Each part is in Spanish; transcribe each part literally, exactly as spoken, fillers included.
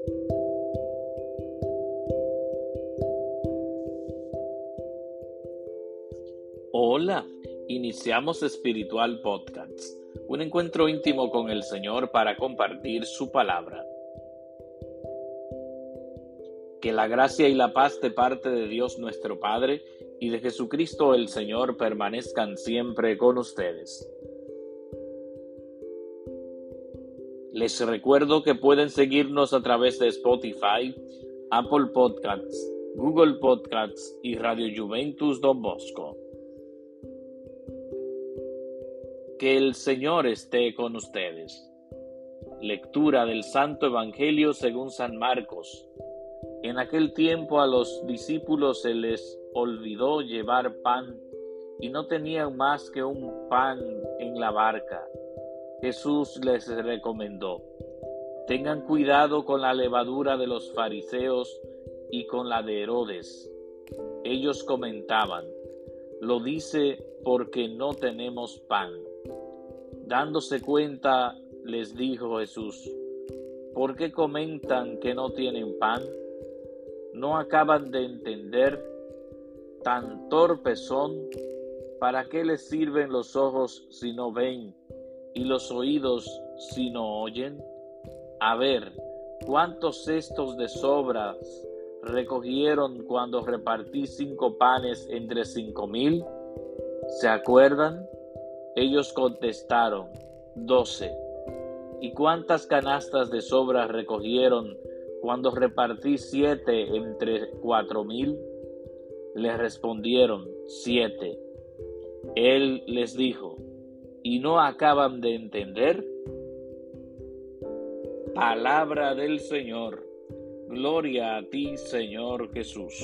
Hola, iniciamos Espiritual Podcast, un encuentro íntimo con el Señor para compartir su palabra. Que la gracia y la paz de parte de Dios nuestro Padre y de Jesucristo el Señor permanezcan siempre con ustedes. Les recuerdo que pueden seguirnos a través de Spotify, Apple Podcasts, Google Podcasts y Radio Juventus Don Bosco. Que el Señor esté con ustedes. Lectura del Santo Evangelio según San Marcos. En aquel tiempo a los discípulos se les olvidó llevar pan y no tenían más que un pan en la barca. Jesús les recomendó: tengan cuidado con la levadura de los fariseos y con la de Herodes. Ellos comentaban: lo dice porque no tenemos pan. Dándose cuenta, les dijo Jesús: ¿por qué comentan que no tienen pan? ¿No acaban de entender? ¿Tan torpes son? ¿Para qué les sirven los ojos si no ven y los oídos si no oyen? A ver, ¿cuántos cestos de sobras recogieron cuando repartí cinco panes entre cinco mil? ¿Se acuerdan? Ellos contestaron: doce. ¿Y cuántas canastas de sobras recogieron cuando repartí siete entre cuatro mil? Les respondieron: siete. Él les dijo: ¿y no acaban de entender? Palabra del Señor. Gloria a ti, Señor Jesús.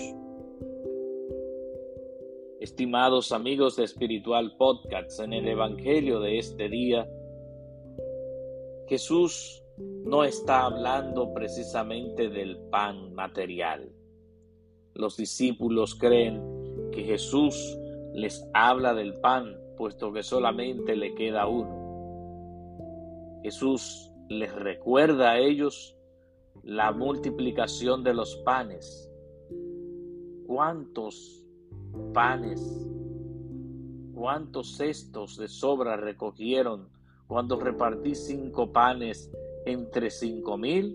Estimados amigos de Espiritual Podcast, en el Evangelio de este día, Jesús no está hablando precisamente del pan material. Los discípulos creen que Jesús les habla del pan, puesto que solamente le queda uno. Jesús les recuerda a ellos la multiplicación de los panes. ¿Cuántos panes, cuántos cestos de sobra recogieron cuando repartí cinco panes entre cinco mil?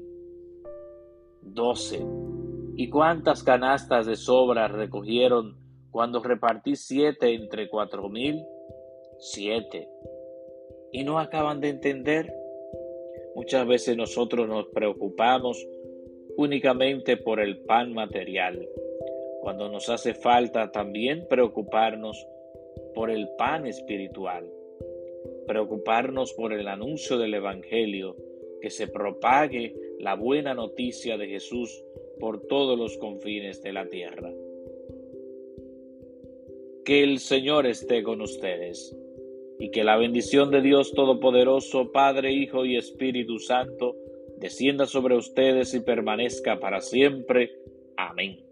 Doce. ¿Y cuántas canastas de sobra recogieron cuando repartí siete entre cuatro mil? Siete. ¿Y no acaban de entender? Muchas veces nosotros nos preocupamos únicamente por el pan material, cuando nos hace falta también preocuparnos por el pan espiritual, preocuparnos por el anuncio del Evangelio, que se propague la buena noticia de Jesús por todos los confines de la tierra. Que el Señor esté con ustedes y que la bendición de Dios Todopoderoso, Padre, Hijo y Espíritu Santo, descienda sobre ustedes y permanezca para siempre. Amén.